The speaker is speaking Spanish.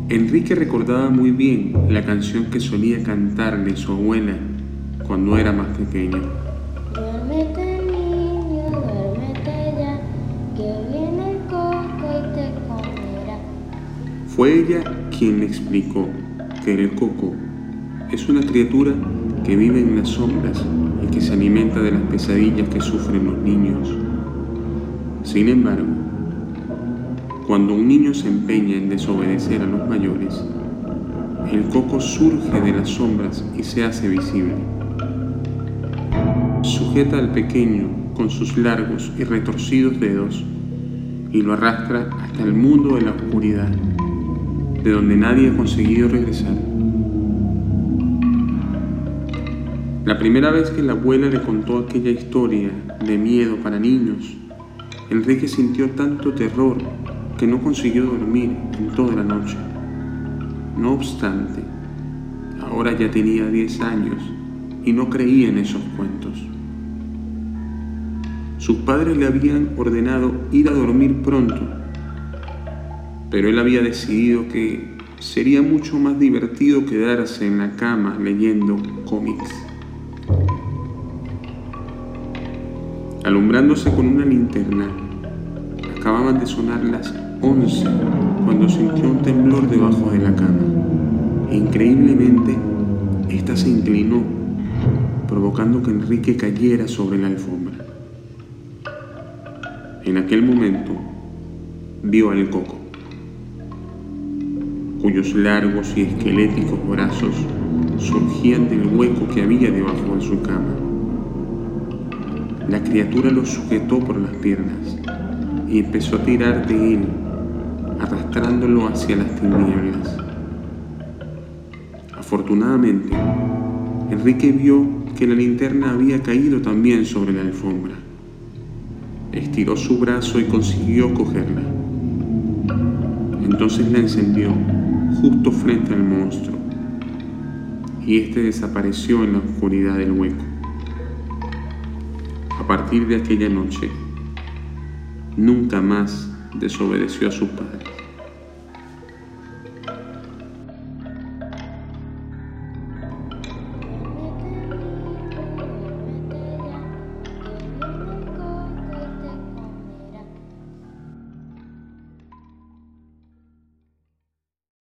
Enrique recordaba muy bien la canción que solía cantarle su abuela cuando era más pequeño. Duérmete niño, duérmete ya, que viene el coco y te comerá. Fue ella quien le explicó que el coco es una criatura que vive en las sombras y que se alimenta de las pesadillas que sufren los niños. Sin embargo, cuando un niño se empeña en desobedecer a los mayores, el coco surge de las sombras y se hace visible. Sujeta al pequeño con sus largos y retorcidos dedos y lo arrastra hasta el mundo de la oscuridad, de donde nadie ha conseguido regresar. La primera vez que la abuela le contó aquella historia de miedo para niños, Enrique sintió tanto terror que no consiguió dormir en toda la noche. No obstante, ahora ya tenía 10 años y no creía en esos cuentos. Sus padres le habían ordenado ir a dormir pronto, pero él había decidido que sería mucho más divertido quedarse en la cama leyendo cómics. Alumbrándose con una linterna, acababan de sonar las 11 cuando sintió un temblor debajo de la cama. E increíblemente, ésta se inclinó, provocando que Enrique cayera sobre la alfombra. En aquel momento, vio al coco, cuyos largos y esqueléticos brazos surgían del hueco que había debajo de su cama. La criatura lo sujetó por las piernas y empezó a tirar de él, arrastrándolo hacia las tinieblas. Afortunadamente, Enrique vio que la linterna había caído también sobre la alfombra. Estiró su brazo y consiguió cogerla. Entonces la encendió justo frente al monstruo y este desapareció en la oscuridad del hueco. A partir de aquella noche, nunca más desobedeció a su padre.